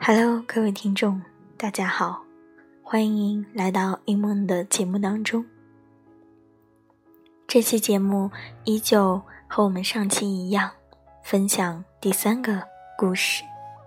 Hello， 各位听众，大家好，欢迎来到英梦的节目当中。这期节目依旧和我们上期一样，分享第3个故事。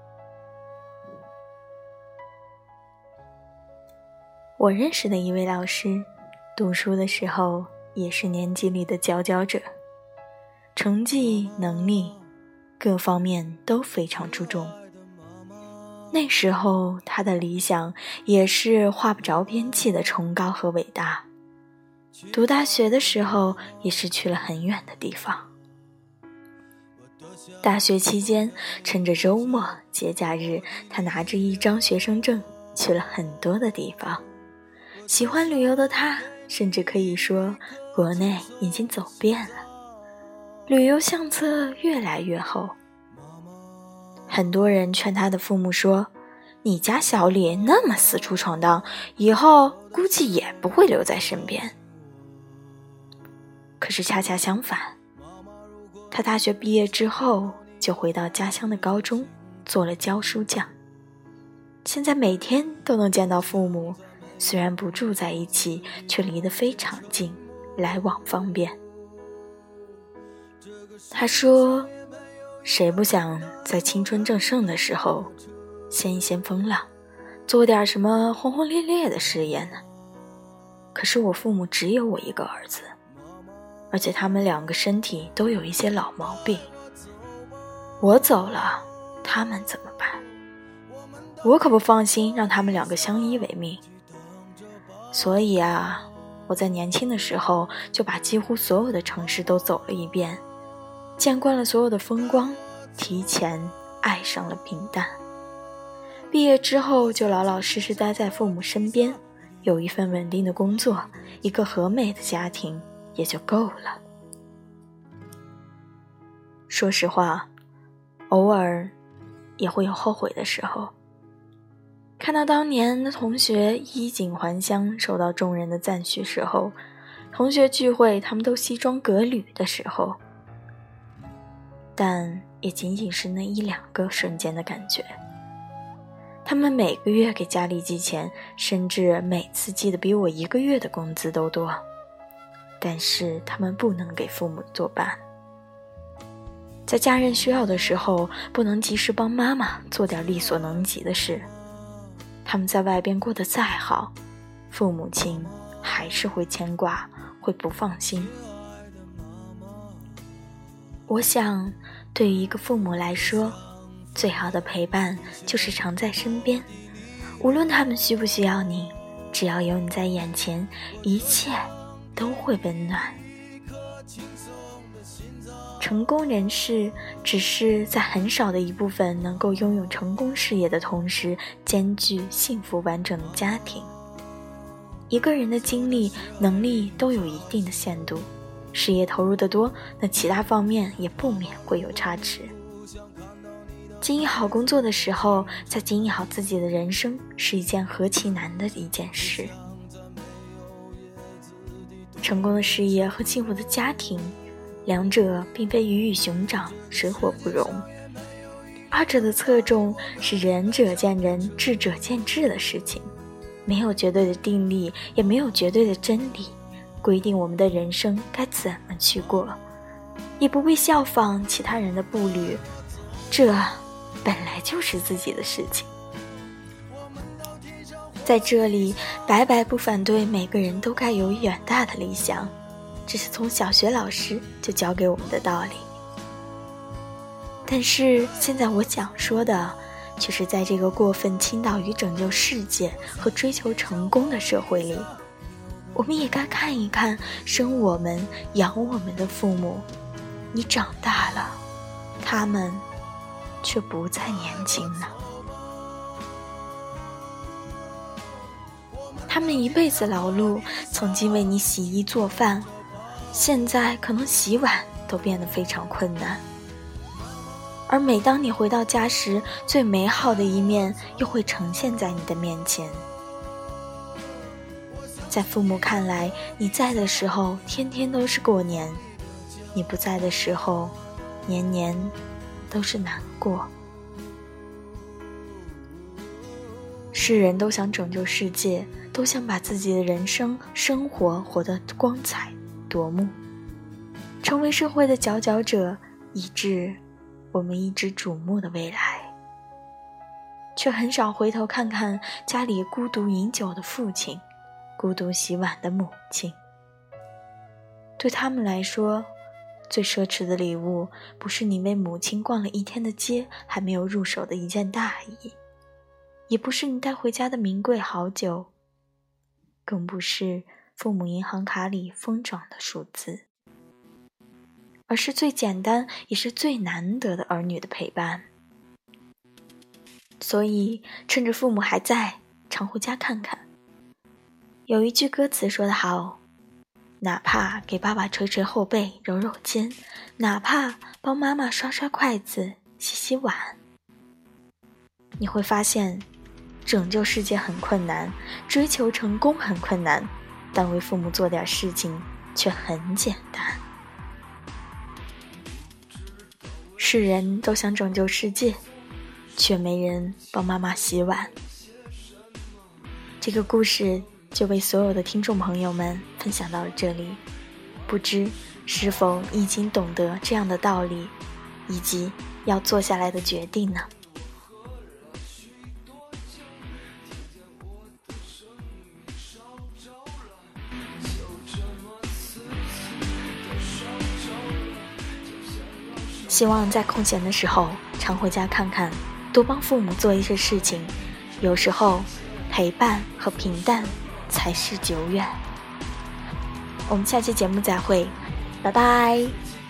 我认识的一位老师，读书的时候也是年级里的佼佼者，成绩、能力各方面都非常出众。那时候他的理想也是画不着边际的崇高和伟大。读大学的时候也是去了很远的地方。大学期间，趁着周末、节假日，他拿着一张学生证去了很多的地方。喜欢旅游的他，甚至可以说国内已经走遍了，旅游相册越来越厚。很多人劝他的父母说，你家小李那么四处闯荡，以后估计也不会留在身边。可是恰恰相反，他大学毕业之后就回到家乡的高中做了教书匠。现在每天都能见到父母，虽然不住在一起，却离得非常近，来往方便。他说，谁不想在青春正盛的时候先一先风浪，做点什么轰轰烈烈的事业呢？可是我父母只有我一个儿子，而且他们2个身体都有一些老毛病，我走了，他们怎么办？我可不放心让他们2个相依为命。所以我在年轻的时候就把几乎所有的城市都走了一遍，见惯了所有的风光，提前爱上了平淡。毕业之后就老老实实待在父母身边，有一份稳定的工作，一个和美的家庭也就够了。说实话，偶尔也会有后悔的时候。看到当年的同学衣锦还乡，受到众人的赞许时候，同学聚会他们都西装革履的时候，但也仅仅是那1-2个瞬间的感觉。他们每个月给家里寄钱，甚至每次寄的比我1个月的工资都多，但是他们不能给父母作伴。在家人需要的时候，不能及时帮妈妈做点力所能及的事。他们在外边过得再好，父母亲还是会牵挂，会不放心。我想，对于一个父母来说，最好的陪伴就是常在身边，无论他们需不需要你，只要有你在眼前，一切都会温暖。成功人士只是在很少的一部分能够拥有成功事业的同时，兼具幸福完整的家庭。一个人的精力、能力都有一定的限度，事业投入的多，那其他方面也不免会有差池。经营好工作的时候，再经营好自己的人生，是一件何其难的一件事。成功的事业和幸福的家庭，两者并非鱼与熊掌，水火不容。二者的侧重是仁者见仁，智者见智的事情，没有绝对的定力，也没有绝对的真理，规定我们的人生该怎么去过，也不必效仿其他人的步履，这本来就是自己的事情。在这里，白白不反对每个人都该有远大的理想，这是从小学老师就教给我们的道理。但是现在我想说的，却是在这个过分倾倒于拯救世界和追求成功的社会里，我们也该看一看生我们、养我们的父母。你长大了，他们却不再年轻了。他们一辈子劳碌，曾经为你洗衣做饭，现在可能洗碗都变得非常困难。而每当你回到家时，最美好的一面又会呈现在你的面前。在父母看来，你在的时候天天都是过年，你不在的时候年年都是难过。 世人都想拯救世界，都想把自己的人生生活活得光彩夺目，成为社会的佼佼者，以致我们一直瞩目的未来，却很少回头看看家里孤独饮酒的父亲，孤独洗碗的母亲。对他们来说，最奢侈的礼物不是你为母亲逛了一天的街还没有入手的一件大衣，也不是你带回家的名贵好酒，更不是父母银行卡里疯涨的数字，而是最简单也是最难得的儿女的陪伴。所以趁着父母还在，常回家看看。有一句歌词说得好，哪怕给爸爸捶捶后背揉揉肩，哪怕帮妈妈刷刷筷子洗洗碗，你会发现拯救世界很困难，追求成功很困难，但为父母做点事情却很简单。世人都想拯救世界，却没人帮妈妈洗碗。这个故事就为所有的听众朋友们分享到了这里，不知是否你已经懂得这样的道理，以及要做下来的决定呢？希望在空闲的时候常回家看看，多帮父母做一些事情，有时候陪伴和平淡才是久远。我们下期节目再会，拜拜。